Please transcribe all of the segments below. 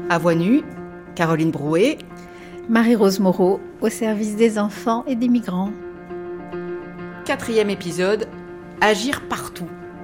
À Voix Nue, Caroline Brouet. Marie-Rose Moreau, au service des enfants et des migrants. 4e épisode, agir partout.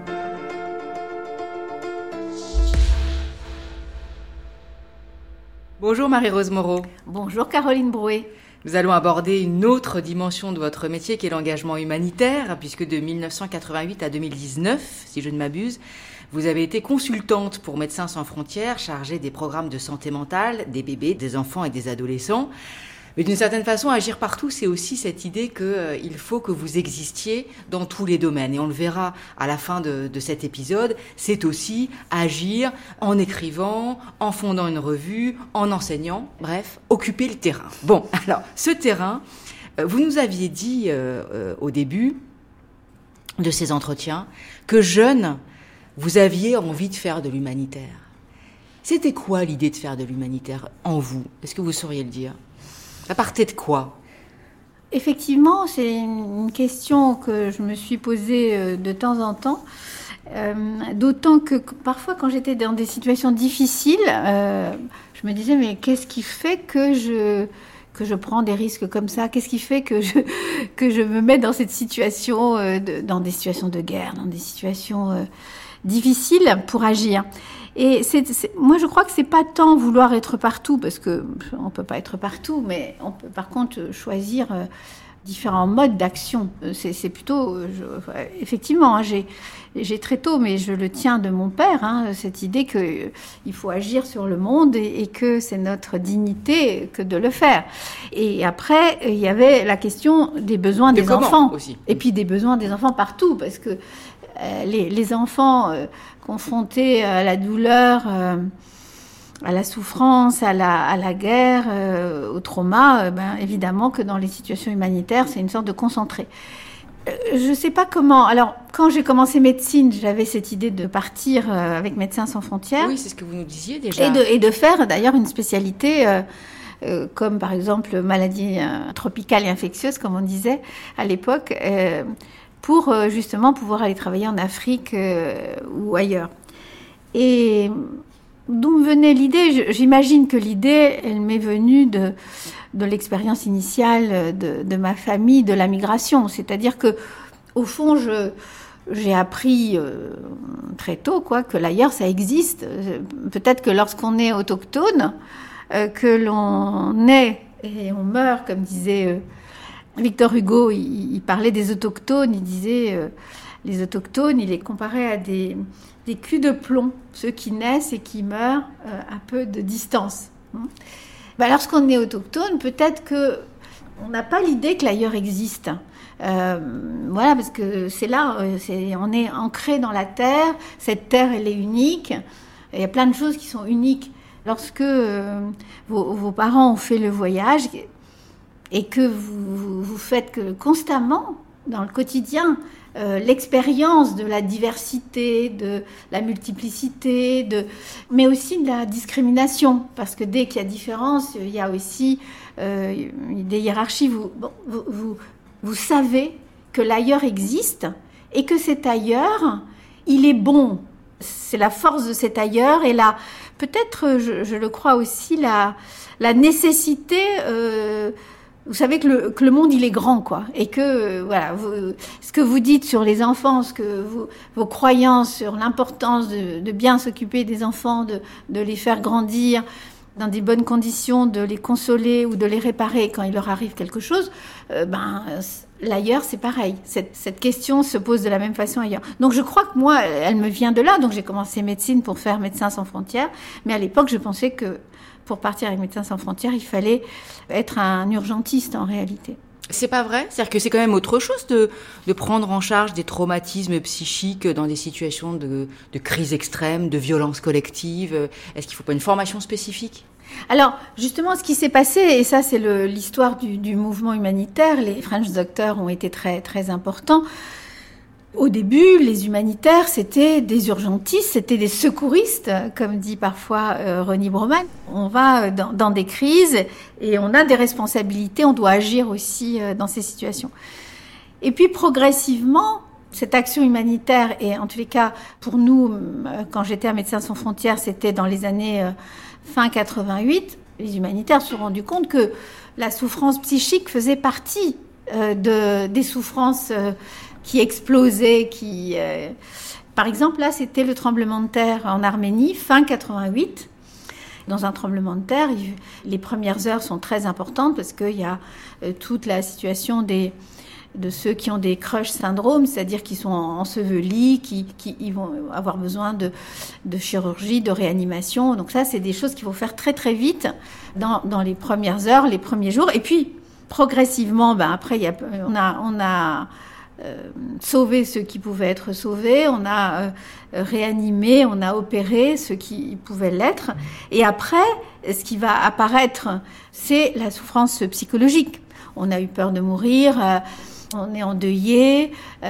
Bonjour Marie-Rose Moreau. Bonjour Caroline Brouet. Nous allons aborder une autre dimension de votre métier qui est l'engagement humanitaire, puisque de 1988 à 2019, si je ne m'abuse, vous avez été consultante pour Médecins sans frontières, chargée des programmes de santé mentale, des bébés, des enfants et des adolescents. Mais d'une certaine façon, agir partout, c'est aussi cette idée qu'il faut que vous existiez dans tous les domaines. Et on le verra à la fin de cet épisode, c'est aussi agir en écrivant, en fondant une revue, en enseignant, bref, occuper le terrain. Bon, alors, ce terrain, vous nous aviez dit au début de ces entretiens que jeune, vous aviez envie de faire de l'humanitaire. C'était quoi l'idée de faire de l'humanitaire en vous ? Est-ce que vous sauriez le dire ? Ça partait de quoi ? Effectivement, c'est une question que je me suis posée de temps en temps. D'autant que parfois, quand j'étais dans des situations difficiles, je me disais, mais qu'est-ce qui fait que je prends des risques comme ça ? Qu'est-ce qui fait que je me mets dans cette situation, dans des situations de guerre, dans des situations difficiles pour agir ? Et moi, je crois que c'est pas tant vouloir être partout, parce que on peut pas être partout, mais on peut par contre choisir différents modes d'action. C'est plutôt, effectivement, j'ai très tôt, mais je le tiens de mon père, cette idée que il faut agir sur le monde et que c'est notre dignité que de le faire. Et après, il y avait la question des besoins des enfants aussi. Et puis des besoins des enfants partout, parce que les enfants confrontés à la douleur, à la souffrance, à la guerre, au trauma, évidemment que dans les situations humanitaires, c'est une sorte de concentré. Je ne sais pas comment. Alors, quand j'ai commencé médecine, j'avais cette idée de partir avec Médecins sans frontières. Oui, c'est ce que vous nous disiez déjà. Et de faire d'ailleurs une spécialité comme par exemple maladie tropicale et infectieuse, comme on disait à l'époque, pour justement pouvoir aller travailler en Afrique ou ailleurs. Et d'où me venait l'idée ? J'imagine que l'idée, elle m'est venue de l'expérience initiale de ma famille, de la migration. C'est-à-dire que, au fond, j'ai appris très tôt que l'ailleurs, ça existe. Peut-être que lorsqu'on est autochtone, que l'on naît et on meurt, comme disait Victor Hugo, il parlait des autochtones, il disait les autochtones, il les comparait à des culs de plomb, ceux qui naissent et qui meurent à peu de distance. Lorsqu'on est autochtone, peut-être qu'on n'a pas l'idée que l'ailleurs existe. Voilà, parce que c'est là, on est ancré dans la terre, cette terre elle est unique, il y a plein de choses qui sont uniques. Lorsque vos parents ont fait le voyage, et que vous faites constamment, dans le quotidien, l'expérience de la diversité, de la multiplicité, mais aussi de la discrimination. Parce que dès qu'il y a différence, il y a aussi des hiérarchies. Vous savez que l'ailleurs existe et que cet ailleurs, il est bon. C'est la force de cet ailleurs et peut-être, je le crois aussi, la nécessité... Vous savez que le monde, il est grand, et que, voilà, ce que vous dites sur les enfants, vos croyances sur l'importance de bien s'occuper des enfants, de les faire grandir dans des bonnes conditions, de les consoler ou de les réparer quand il leur arrive quelque chose, l'ailleurs, c'est pareil. Cette question se pose de la même façon ailleurs. Donc, je crois que moi, elle me vient de là. Donc, j'ai commencé médecine pour faire Médecins sans frontières. Mais à l'époque, je pensais que pour partir avec Médecins sans frontières, il fallait être un urgentiste en réalité. C'est pas vrai ? C'est-à-dire que c'est quand même autre chose de prendre en charge des traumatismes psychiques dans des situations de crise extrême, de violence collective. Est-ce qu'il ne faut pas une formation spécifique ? Alors, justement, ce qui s'est passé, et ça c'est l'histoire du mouvement humanitaire, les French Doctors ont été très, très importants. Au début, les humanitaires, c'était des urgentistes, c'était des secouristes, comme dit parfois Ronnie Broman. On va dans des crises et on a des responsabilités, on doit agir aussi dans ces situations. Et puis progressivement, Cette action humanitaire, et en tous les cas, pour nous, quand j'étais à Médecins sans frontières, c'était dans les années fin 88, les humanitaires se sont rendus compte que la souffrance psychique faisait partie des souffrances qui explosaient, Par exemple, là, c'était le tremblement de terre en Arménie, fin 88. Dans un tremblement de terre, les premières heures sont très importantes parce qu'il y a toute la situation de ceux qui ont des crush syndrome, c'est-à-dire qui sont ensevelis, qui ils vont avoir besoin de chirurgie, de réanimation. Donc ça, c'est des choses qu'il faut faire très très vite dans les premières heures, les premiers jours. Et puis, progressivement, après, on a sauvé ceux qui pouvaient être sauvés, on a réanimé, on a opéré ceux qui pouvaient l'être. Et après, ce qui va apparaître, c'est la souffrance psychologique. On a eu peur de mourir, on est endeuillé,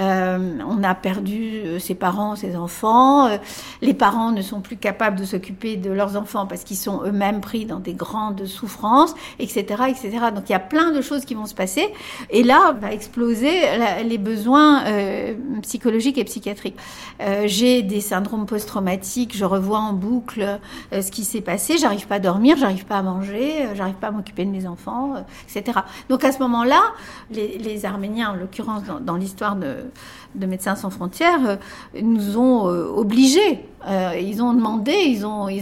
on a perdu ses parents, ses enfants. Les parents ne sont plus capables de s'occuper de leurs enfants parce qu'ils sont eux-mêmes pris dans des grandes souffrances, etc., etc. Donc il y a plein de choses qui vont se passer. Et là, va exploser les besoins psychologiques et psychiatriques. J'ai des syndromes post-traumatiques, je revois en boucle ce qui s'est passé. J'arrive pas à dormir, j'arrive pas à manger, j'arrive pas à m'occuper de mes enfants, etc. Donc à ce moment-là, les Arméniens, en l'occurrence dans l'histoire de Médecins sans frontières, nous ont obligés. Ils ont demandé, ils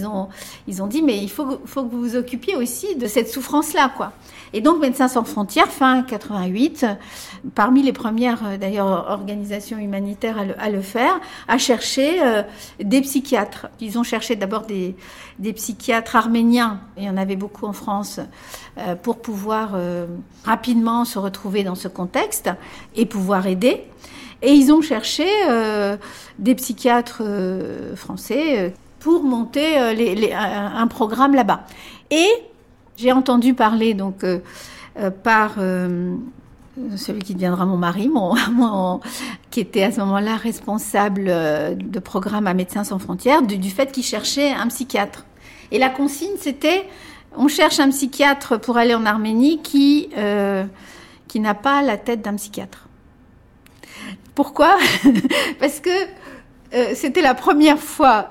ont dit, mais il faut que vous vous occupiez aussi de cette souffrance-là, quoi. Et donc Médecins sans frontières, fin 88, parmi les premières d'ailleurs organisations humanitaires à le faire, a cherché des psychiatres. Ils ont cherché d'abord des psychiatres arméniens, il y en avait beaucoup en France, pour pouvoir rapidement se retrouver dans ce contexte et pouvoir aider. Et ils ont cherché des psychiatres français pour monter un programme là-bas. Et j'ai entendu parler donc par celui qui deviendra mon mari, qui était à ce moment-là responsable de programme à Médecins sans frontières, du fait qu'il cherchait un psychiatre. Et la consigne, c'était, on cherche un psychiatre pour aller en Arménie qui n'a pas la tête d'un psychiatre. Pourquoi ? Parce que c'était la première fois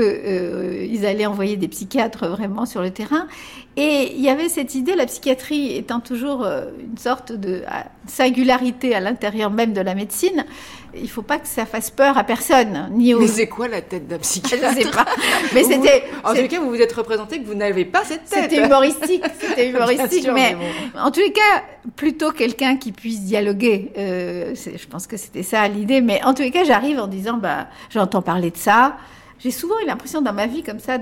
qu'ils allaient envoyer des psychiatres vraiment sur le terrain. Et il y avait cette idée, la psychiatrie étant toujours une sorte de singularité à l'intérieur même de la médecine, il ne faut pas que ça fasse peur à personne. Mais c'est quoi la tête d'un psychiatre ? Je ne sais pas. Mais en tout cas, vous vous êtes représenté que vous n'avez pas cette tête. C'était humoristique. Sûr, mais bon. En tous les cas, plutôt quelqu'un qui puisse dialoguer. Je pense que c'était ça l'idée. Mais en tous les cas, j'arrive en disant, j'entends parler de ça. J'ai souvent eu l'impression dans ma vie comme ça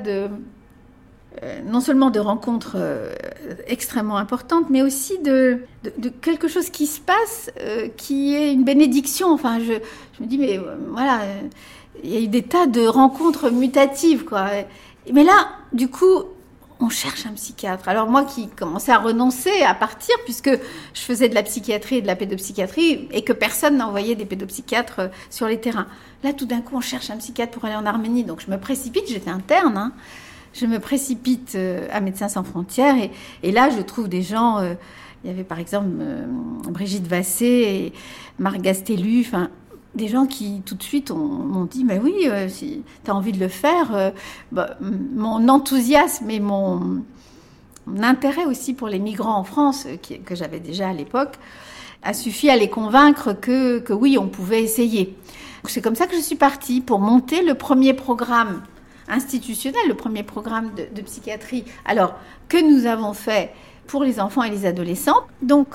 non seulement de rencontres extrêmement importantes, mais aussi de quelque chose qui se passe, qui est une bénédiction. Enfin, je me dis, mais voilà, il y a eu des tas de rencontres mutatives, quoi. Mais là, du coup, on cherche un psychiatre. Alors moi qui commençais à renoncer, à partir, puisque je faisais de la psychiatrie et de la pédopsychiatrie, et que personne n'envoyait des pédopsychiatres sur les terrains. Là, tout d'un coup, on cherche un psychiatre pour aller en Arménie. Donc je me précipite, j'étais interne, je me précipite à Médecins sans frontières et là, je trouve des gens... il y avait par exemple Brigitte Vassé et Marc Gastellu, enfin, des gens qui tout de suite m'ont dit « Mais oui, si tu as envie de le faire, mon enthousiasme et mon intérêt aussi pour les migrants en France, que j'avais déjà à l'époque, a suffi à les convaincre que oui, on pouvait essayer. » C'est comme ça que je suis partie pour monter le premier programme institutionnel, le premier programme de psychiatrie, alors que nous avons fait pour les enfants et les adolescents. Donc,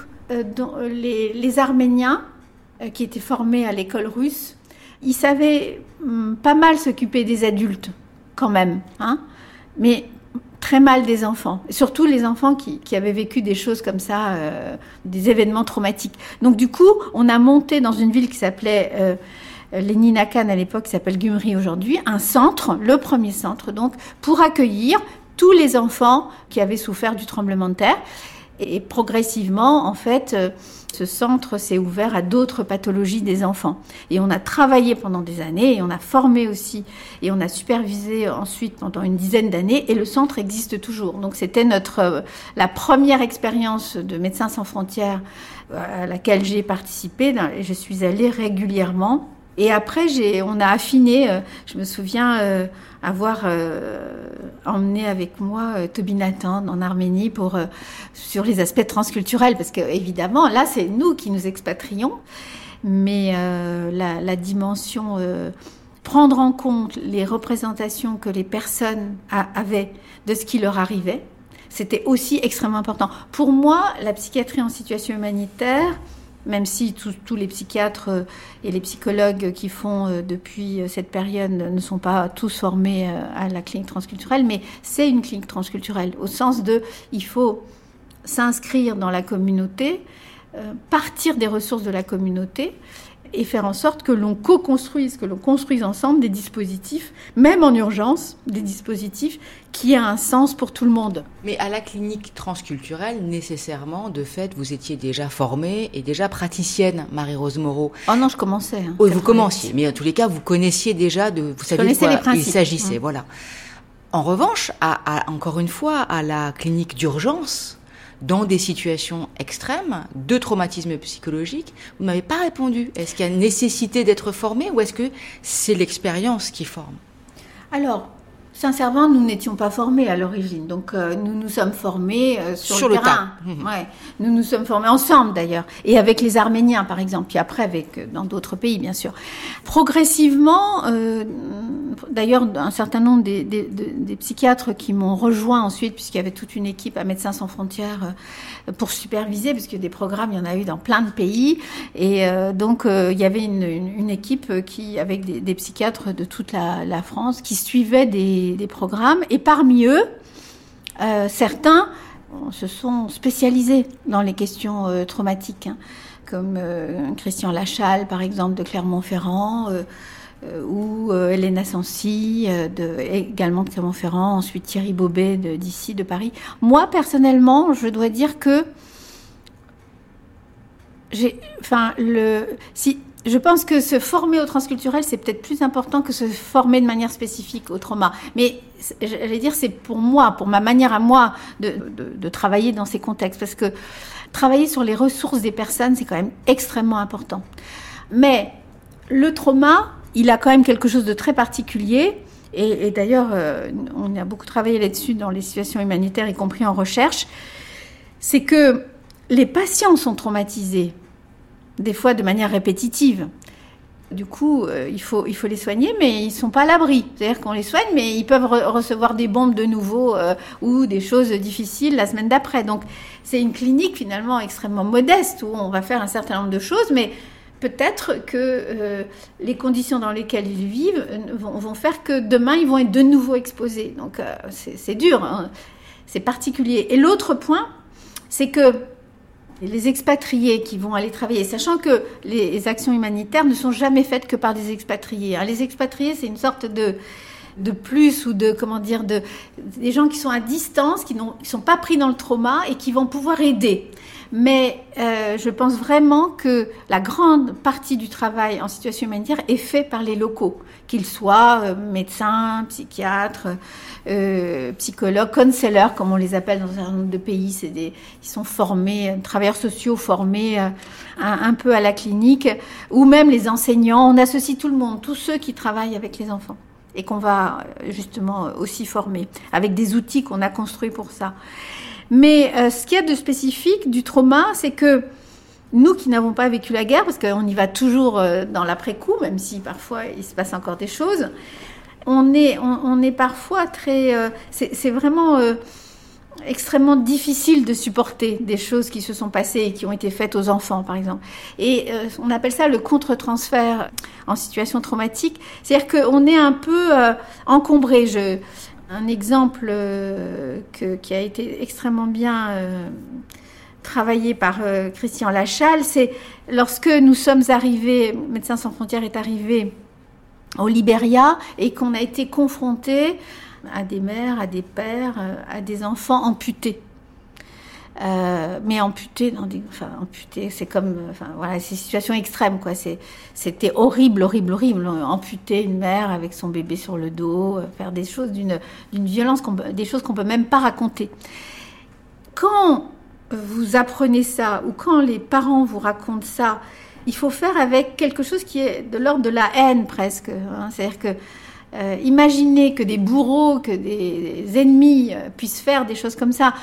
les Arméniens qui étaient formés à l'école russe, ils savaient pas mal s'occuper des adultes, quand même, mais très mal des enfants, surtout les enfants qui avaient vécu des choses comme ça, des événements traumatiques. Donc, du coup, on a monté dans une ville qui s'appelait... Léninakan à l'époque, qui s'appelle Gyumri aujourd'hui, un centre, le premier centre, donc, pour accueillir tous les enfants qui avaient souffert du tremblement de terre. Et progressivement, en fait, ce centre s'est ouvert à d'autres pathologies des enfants. Et on a travaillé pendant des années, et on a formé aussi, et on a supervisé ensuite pendant une dizaine d'années, et le centre existe toujours. Donc c'était la première expérience de Médecins sans frontières à laquelle j'ai participé, et je suis allée régulièrement. Et après, on a affiné. Je me souviens avoir emmené avec moi Toby Nathan en Arménie sur les aspects transculturels, parce que évidemment, là, c'est nous qui nous expatrions, mais la dimension prendre en compte les représentations que les personnes avaient de ce qui leur arrivait, c'était aussi extrêmement important. Pour moi, la psychiatrie en situation humanitaire, même si tous les psychiatres et les psychologues qui font depuis cette période ne sont pas tous formés à la clinique transculturelle, mais c'est une clinique transculturelle, au sens de il faut s'inscrire dans la communauté, partir des ressources de la communauté, et faire en sorte que l'on construise ensemble des dispositifs, même en urgence, des dispositifs qui aient un sens pour tout le monde. Mais à la clinique transculturelle, nécessairement, de fait, vous étiez déjà formée et déjà praticienne, Marie-Rose Moreau. Oh non, je commençais. Oui, vous commenciez, mais en tous les cas, vous connaissiez déjà, vous saviez de quoi il s'agissait, voilà. En revanche, encore une fois, à la clinique d'urgence, dans des situations extrêmes, de traumatisme psychologique, vous ne m'avez pas répondu. Est-ce qu'il y a nécessité d'être formé ou est-ce que c'est l'expérience qui forme ? Alors, sincèrement, nous n'étions pas formés à l'origine. Donc, nous nous sommes formés sur le terrain. Ouais. Nous nous sommes formés ensemble, d'ailleurs. Et avec les Arméniens, par exemple. Puis après, dans d'autres pays, bien sûr. Progressivement, d'ailleurs, un certain nombre des psychiatres qui m'ont rejoint ensuite, puisqu'il y avait toute une équipe à Médecins sans frontières pour superviser, parce que des programmes, il y en a eu dans plein de pays. Et donc, il y avait une équipe avec des psychiatres de toute la France qui suivaient des programmes. Et parmi eux, certains se sont spécialisés dans les questions traumatiques, hein, comme Christian Lachal, par exemple, de Clermont-Ferrand, ou Elena Sancy, également de Clermont-Ferrand, ensuite Thierry Bobet d'ici, de Paris. Moi, personnellement, je dois dire que je pense que se former au transculturel, c'est peut-être plus important que se former de manière spécifique au trauma. Mais j'allais dire, c'est pour moi, pour ma manière à moi de travailler dans ces contextes. Parce que travailler sur les ressources des personnes, c'est quand même extrêmement important. Mais le trauma, il a quand même quelque chose de très particulier. Et d'ailleurs, on a beaucoup travaillé là-dessus dans les situations humanitaires, y compris en recherche. C'est que les patients sont traumatisés, des fois de manière répétitive. Du coup, il faut les soigner, mais ils ne sont pas à l'abri. C'est-à-dire qu'on les soigne, mais ils peuvent recevoir des bombes de nouveau ou des choses difficiles la semaine d'après. Donc, c'est une clinique finalement extrêmement modeste où on va faire un certain nombre de choses, mais peut-être que les conditions dans lesquelles ils vivent vont faire que demain, ils vont être de nouveau exposés. Donc, c'est dur, hein. C'est particulier. Et l'autre point, c'est que les expatriés qui vont aller travailler, sachant que les actions humanitaires ne sont jamais faites que par des expatriés. Les expatriés, c'est une sorte de plus ou des gens qui sont à distance, qui sont pas pris dans le trauma et qui vont pouvoir aider. Mais je pense vraiment que la grande partie du travail en situation humanitaire est fait par les locaux, qu'ils soient médecins, psychiatres, psychologues, counselors, comme on les appelle dans un certain nombre de pays. Ils sont formés, travailleurs sociaux formés un peu à la clinique, ou même les enseignants. On associe tout le monde, tous ceux qui travaillent avec les enfants et qu'on va justement aussi former, avec des outils qu'on a construits pour ça. Mais ce qu'il y a de spécifique du trauma, c'est que nous qui n'avons pas vécu la guerre, parce qu'on y va toujours dans l'après-coup, même si parfois il se passe encore des choses, on est parfois très... c'est vraiment extrêmement difficile de supporter des choses qui se sont passées et qui ont été faites aux enfants, par exemple. Et on appelle ça le contre-transfert en situation traumatique. C'est-à-dire qu'on est un peu encombré. Un exemple qui a été extrêmement bien travaillé par Christian Lachal, c'est lorsque nous sommes arrivés, Médecins sans frontières est arrivé au Libéria et qu'on a été confrontés à des mères, à des pères, à des enfants amputés. Mais amputés, c'est comme, c'est une situation extrême, quoi. C'était horrible. Amputer une mère avec son bébé sur le dos, faire des choses d'une violence, des choses qu'on peut même pas raconter. Quand vous apprenez ça, ou quand les parents vous racontent ça, il faut faire avec quelque chose qui est de l'ordre de la haine presque. C'est-à-dire que imaginer que des bourreaux, que des ennemis puissent faire des choses comme ça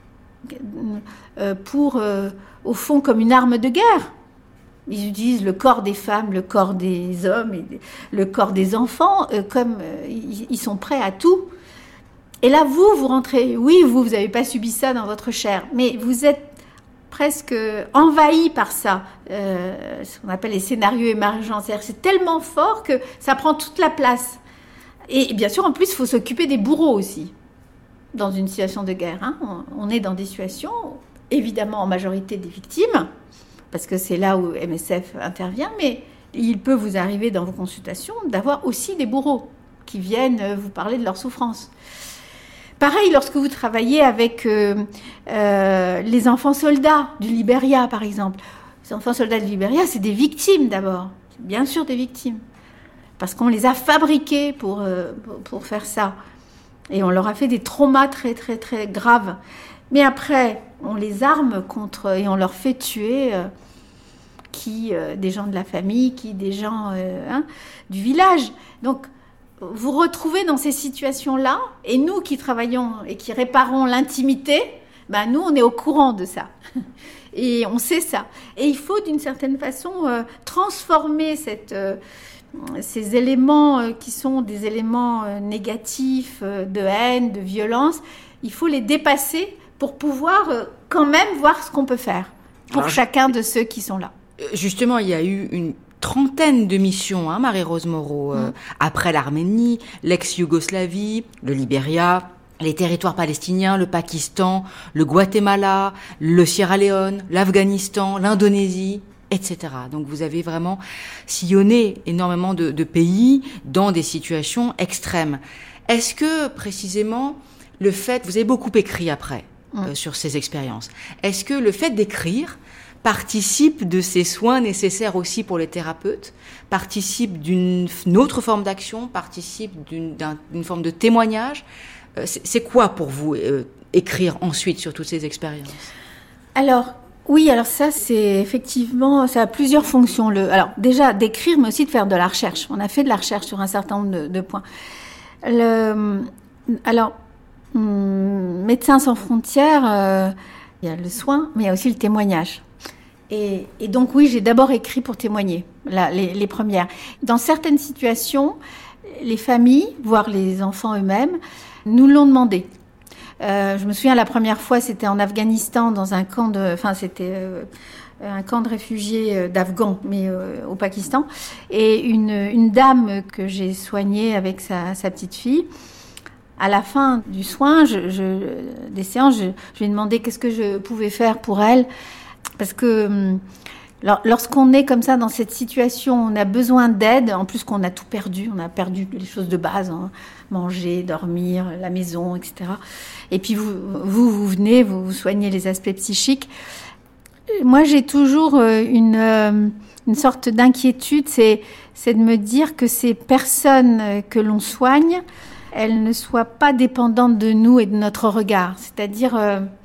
pour, au fond, comme une arme de guerre. Ils utilisent le corps des femmes, le corps des hommes, et le corps des enfants, comme ils sont prêts à tout. Et là, vous rentrez, oui, vous n'avez pas subi ça dans votre chair, mais vous êtes presque envahi par ça, ce qu'on appelle les scénarios émergents. C'est-à-dire que c'est tellement fort que ça prend toute la place. Et bien sûr, en plus, il faut s'occuper des bourreaux aussi, dans une situation de guerre. On est dans des situations, évidemment, en majorité des victimes, parce que c'est là où MSF intervient, mais il peut vous arriver dans vos consultations d'avoir aussi des bourreaux qui viennent vous parler de leur souffrance. Pareil, lorsque vous travaillez avec les enfants soldats du Libéria, par exemple. Les enfants soldats du Libéria, c'est des victimes d'abord, bien sûr des victimes. Parce qu'on les a fabriqués pour faire ça. Et on leur a fait des traumas très, très, très graves. Mais après, on les arme et on leur fait tuer des gens de la famille, des gens du village. Donc, vous retrouvez dans ces situations-là, et nous qui travaillons et qui réparons l'intimité, nous, on est au courant de ça. Et on sait ça. Et il faut, d'une certaine façon, transformer ces éléments qui sont des éléments négatifs, de haine, de violence. Il faut les dépasser pour pouvoir quand même voir ce qu'on peut faire pour chacun de ceux qui sont là. Justement, il y a eu une trentaine de missions, Marie-Rose Moreau, après l'Arménie, l'ex-Yougoslavie, le Libéria, les territoires palestiniens, le Pakistan, le Guatemala, le Sierra Leone, l'Afghanistan, l'Indonésie, etc. Donc vous avez vraiment sillonné énormément de pays dans des situations extrêmes. Est-ce que précisément vous avez beaucoup écrit après sur ces expériences, est-ce que le fait d'écrire participe de ces soins nécessaires aussi pour les thérapeutes, participe d'une autre forme d'action, participe d'une forme de témoignage? C'est quoi pour vous écrire ensuite sur toutes ces expériences? Alors ça c'est effectivement, ça a plusieurs fonctions. Alors déjà d'écrire, mais aussi de faire de la recherche. On a fait de la recherche sur un certain nombre de points. Médecins sans frontières, il y a le soin, mais il y a aussi le témoignage. Et donc oui, j'ai d'abord écrit pour témoigner, les premières. Dans certaines situations, les familles, voire les enfants eux-mêmes, nous l'ont demandé. Je me souviens, la première fois, c'était en Afghanistan, dans un camp un camp de réfugiés d'Afghans, mais au Pakistan. Et une dame que j'ai soignée avec sa petite fille, à la fin du soin, des séances, je lui ai demandé qu'est-ce que je pouvais faire pour elle. Parce que lorsqu'on est comme ça dans cette situation, on a besoin d'aide, en plus qu'on a tout perdu, on a perdu les choses de base, manger, dormir, la maison, etc. Et puis vous venez, vous soignez les aspects psychiques. Moi, j'ai toujours une sorte d'inquiétude, c'est de me dire que ces personnes que l'on soigne, elles ne soient pas dépendantes de nous et de notre regard. C'est-à-dire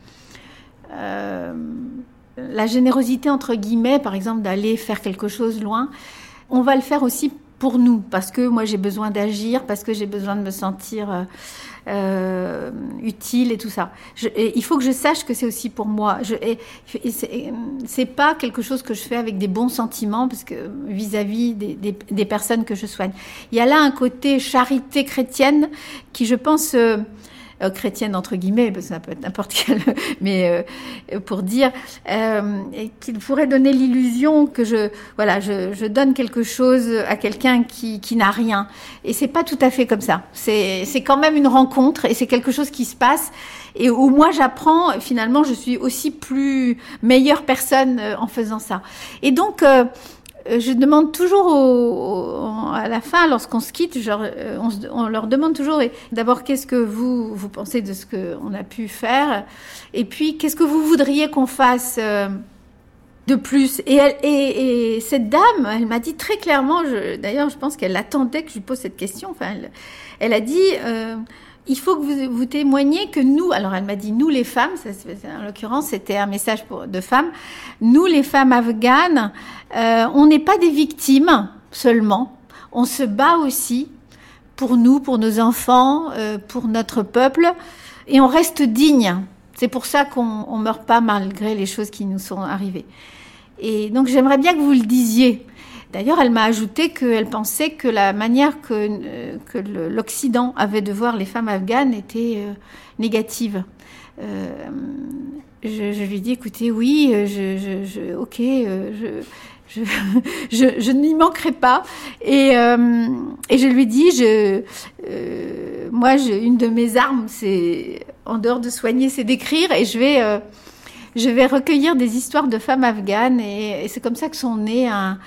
la générosité, entre guillemets, par exemple, d'aller faire quelque chose loin, on va le faire aussi pour nous, parce que moi, j'ai besoin d'agir, parce que j'ai besoin de me sentir utile et tout ça. Il faut que je sache que c'est aussi pour moi. C'est pas quelque chose que je fais avec des bons sentiments, parce que vis-à-vis des personnes que je soigne. Il y a là un côté charité chrétienne qui, je pense, chrétienne entre guillemets, parce que ça peut être n'importe quelle, mais pour dire qu'il pourrait donner l'illusion que je donne quelque chose à quelqu'un qui n'a rien. Et c'est pas tout à fait comme ça. C'est quand même une rencontre et c'est quelque chose qui se passe et où moi j'apprends. Finalement, je suis aussi plus meilleure personne en faisant ça. Et donc je demande toujours à la fin, lorsqu'on se quitte, on leur demande toujours d'abord qu'est-ce que vous pensez de ce qu'on a pu faire, et puis qu'est-ce que vous voudriez qu'on fasse de plus. Et cette dame, elle m'a dit très clairement, d'ailleurs je pense qu'elle attendait que je lui pose cette question, elle a dit il faut que vous témoigniez que nous, alors elle m'a dit nous les femmes, en l'occurrence c'était un message de femmes, nous les femmes afghanes, on n'est pas des victimes seulement, on se bat aussi pour nous, pour nos enfants, pour notre peuple, et on reste digne. C'est pour ça qu'on ne meurt pas malgré les choses qui nous sont arrivées. Et donc j'aimerais bien que vous le disiez. D'ailleurs, elle m'a ajouté qu'elle pensait que la manière que l'Occident avait de voir les femmes afghanes était négative. Je lui dis, écoutez, oui, je n'y manquerai pas. Et je lui dis, moi, une de mes armes, c'est, en dehors de soigner, c'est d'écrire. Et je vais recueillir des histoires de femmes afghanes. Et c'est comme ça que sont nés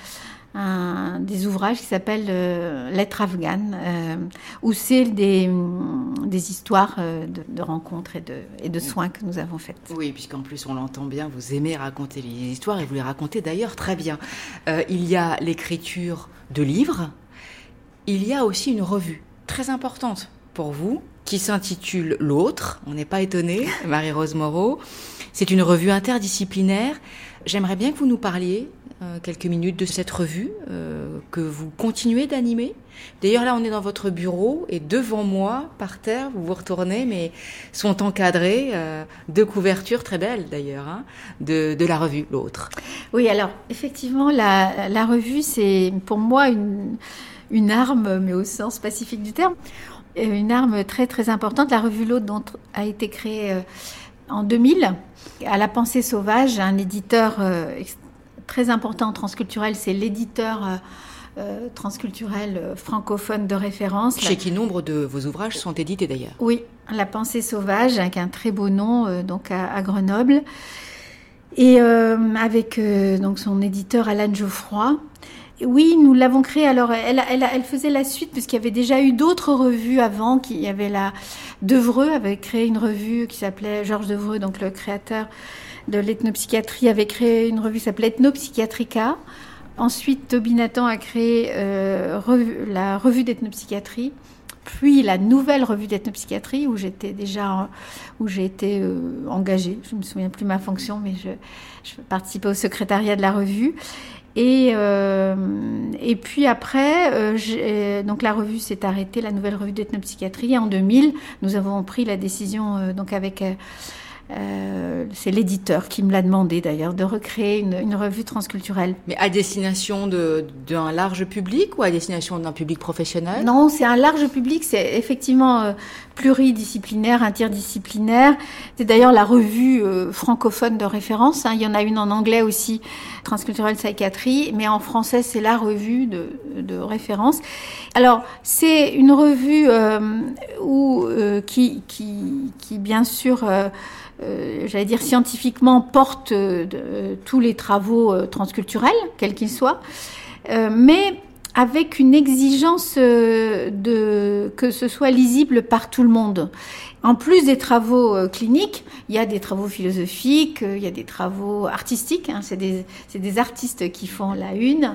des ouvrages qui s'appellent Lettres afghanes, où c'est des histoires de rencontres et de soins que nous avons faites. Oui, puisqu'en plus on l'entend bien, vous aimez raconter les histoires et vous les racontez d'ailleurs très bien. Il y a l'écriture de livres, il y a aussi une revue très importante pour vous qui s'intitule L'Autre. On n'est pas étonné, Marie-Rose Moreau. C'est une revue interdisciplinaire. J'aimerais bien que vous nous parliez quelques minutes de cette revue que vous continuez d'animer. D'ailleurs, là, on est dans votre bureau et devant moi, par terre, vous vous retournez, mais sont encadrées deux couvertures très belles, d'ailleurs, hein, de la revue L'Autre. Oui, alors, effectivement, la revue, c'est pour moi une arme, mais au sens pacifique du terme, une arme très, très importante. La revue L'Autre, dont a été créée en 2000, à La Pensée Sauvage, un éditeur très important transculturel, c'est l'éditeur transculturel francophone de référence. Chez qui nombre de vos ouvrages sont édités d'ailleurs. Oui, La Pensée Sauvage, avec un très beau nom, donc à Grenoble, et avec donc son éditeur Alan Geoffroy. Et oui, nous l'avons créée. Alors, elle faisait la suite puisqu'il y avait déjà eu d'autres revues avant. Il y avait Devreux avait créé une revue qui s'appelait Georges Devreux, donc le créateur de l'ethnopsychiatrie, avait créé une revue qui s'appelait Ethnopsychiatrica. Ensuite, Toby Nathan a créé la revue d'ethnopsychiatrie, puis la nouvelle revue d'ethnopsychiatrie où j'ai été engagée. Je ne me souviens plus ma fonction, mais je participais au secrétariat de la revue. Et puis après, donc la revue s'est arrêtée, la nouvelle revue d'ethnopsychiatrie. Et en 2000, nous avons pris la décision, donc avec... c'est l'éditeur qui me l'a demandé d'ailleurs, de recréer une revue transculturelle. Mais à destination d'un large public ou à destination d'un public professionnel ? Non, c'est un large public, c'est effectivement pluridisciplinaire, interdisciplinaire. C'est d'ailleurs la revue francophone de référence, hein. Il y en a une en anglais aussi, Transcultural Psychiatry, mais en français c'est la revue de référence. Alors c'est une revue qui bien sûr... j'allais dire scientifiquement, porte tous les travaux transculturels, quels qu'ils soient, mais avec une exigence que ce soit lisible par tout le monde. En plus des travaux cliniques, il y a des travaux philosophiques, il y a des travaux artistiques, hein, c'est des artistes qui font la une.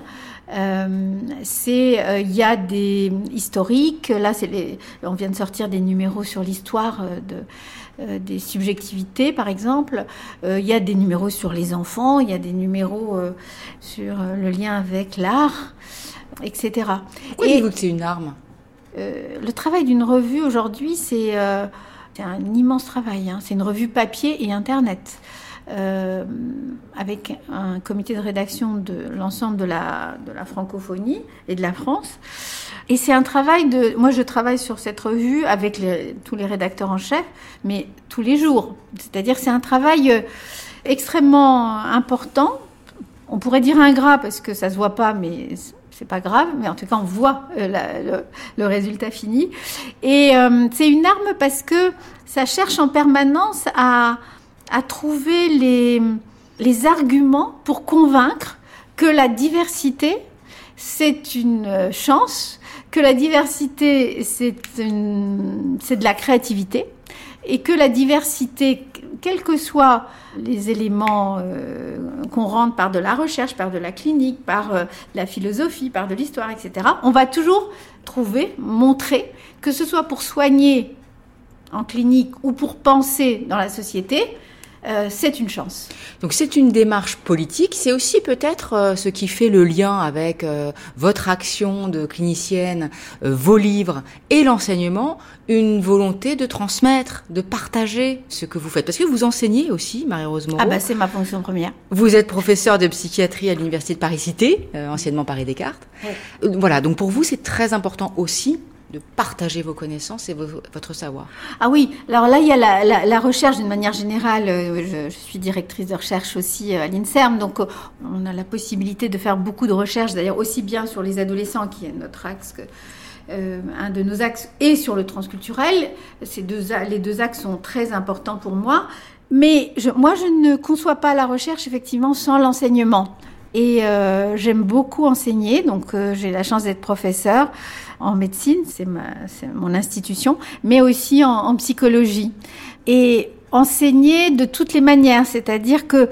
Il y a des historiques, là on vient de sortir des numéros sur l'histoire des subjectivités par exemple, il y a des numéros sur les enfants, il y a des numéros sur le lien avec l'art, etc. Pourquoi dites-vous que c'est une arme ? Le travail d'une revue aujourd'hui, c'est un immense travail, hein. C'est une revue papier et internet. Avec un comité de rédaction de l'ensemble de la francophonie et de la France. Et c'est un travail moi je travaille sur cette revue avec tous les rédacteurs en chef, mais tous les jours. C'est-à-dire c'est un travail extrêmement important. On pourrait dire ingrat parce que ça se voit pas, mais c'est pas grave. Mais en tout cas on voit le résultat fini. Et c'est une arme parce que ça cherche en permanence à trouver les arguments pour convaincre que la diversité, c'est une chance, que la diversité, c'est de la créativité, et que la diversité, quels que soient les éléments qu'on rentre par de la recherche, par de la clinique, par la philosophie, par de l'histoire, etc., on va toujours montrer, que ce soit pour soigner en clinique ou pour penser dans la société, c'est une chance. Donc c'est une démarche politique, c'est aussi peut-être ce qui fait le lien avec votre action de clinicienne, vos livres et l'enseignement, une volonté de transmettre, de partager ce que vous faites. Parce que vous enseignez aussi, Marie-Rose Moreau. C'est ma fonction première. Vous êtes professeure de psychiatrie à l'Université de Paris-Cité, anciennement Paris-Descartes. Oui. Voilà, donc pour vous c'est très important aussi de partager vos connaissances et votre savoir. Ah oui, alors là, il y a la recherche d'une manière générale. Je suis directrice de recherche aussi à l'INSERM, donc on a la possibilité de faire beaucoup de recherches, d'ailleurs aussi bien sur les adolescents, qui est notre axe, un de nos axes, et sur le transculturel. Les deux axes sont très importants pour moi. Mais moi, je ne conçois pas la recherche, effectivement, sans l'enseignement. Et j'aime beaucoup enseigner, donc j'ai la chance d'être professeure en médecine, c'est mon institution, mais aussi en psychologie. Et enseigner de toutes les manières, c'est-à-dire que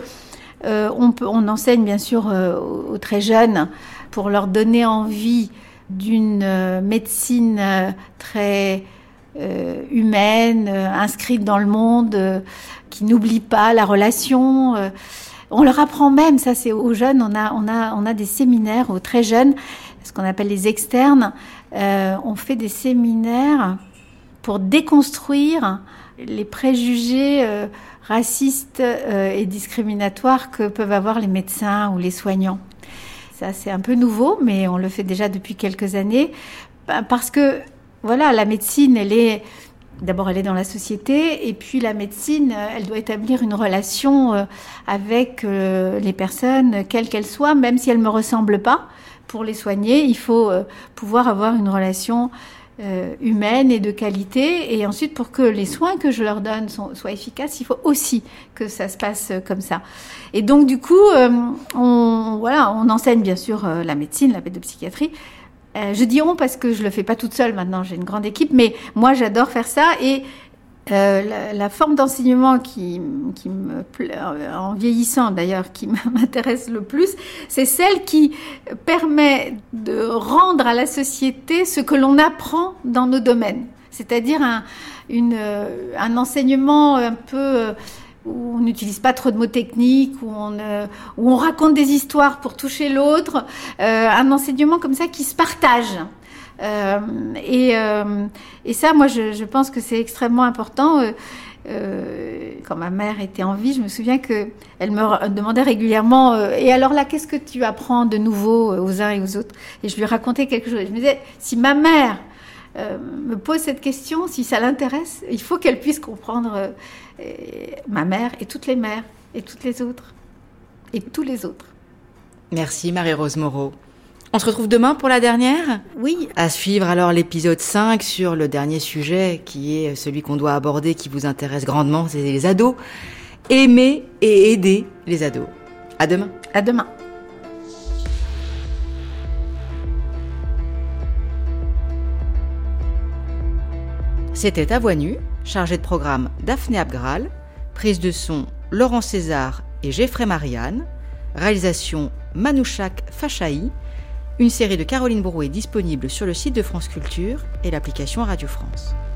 on enseigne bien sûr aux très jeunes pour leur donner envie d'une médecine très humaine, inscrite dans le monde, qui n'oublie pas la relation. On leur apprend même, ça c'est aux jeunes, on a des séminaires aux très jeunes, ce qu'on appelle les externes. On fait des séminaires pour déconstruire les préjugés racistes et discriminatoires que peuvent avoir les médecins ou les soignants. Ça c'est un peu nouveau, mais on le fait déjà depuis quelques années, parce que voilà, la médecine, elle est dans la société, et puis la médecine, elle doit établir une relation avec les personnes, quelles qu'elles soient, même si elles ne me ressemblent pas. Pour les soigner, il faut pouvoir avoir une relation humaine et de qualité. Et ensuite, pour que les soins que je leur donne soient efficaces, il faut aussi que ça se passe comme ça. Et donc, du coup, on enseigne bien sûr la médecine, la pédopsychiatrie. Je dis on parce que je le fais pas toute seule maintenant, j'ai une grande équipe, mais moi j'adore faire ça. Et la forme d'enseignement qui me plaît, en vieillissant d'ailleurs, qui m'intéresse le plus, c'est celle qui permet de rendre à la société ce que l'on apprend dans nos domaines. C'est-à-dire un enseignement un peu où on n'utilise pas trop de mots techniques, où on raconte des histoires pour toucher l'autre, un enseignement comme ça qui se partage. Et ça, moi, je pense que c'est extrêmement important. Quand ma mère était en vie, je me souviens qu'elle me demandait régulièrement et alors là, qu'est-ce que tu apprends de nouveau aux uns et aux autres? Et je lui racontais quelque chose. Et je me disais, si ma mère me pose cette question, si ça l'intéresse, il faut qu'elle puisse comprendre ma mère et toutes les mères et toutes les autres et tous les autres. Merci Marie-Rose Moreau. On se retrouve demain pour la dernière ? Oui. À suivre alors l'épisode 5 sur le dernier sujet qui est celui qu'on doit aborder, qui vous intéresse grandement, c'est les ados. Aimer et aider les ados. À demain. À demain. C'était À Voix Nue, chargé de programme Daphné Abgral, prise de son Laurent César et Geoffrey Marianne, réalisation Manouchak Fachaï. Une série de Caroline Bourreau est disponible sur le site de France Culture et l'application Radio France.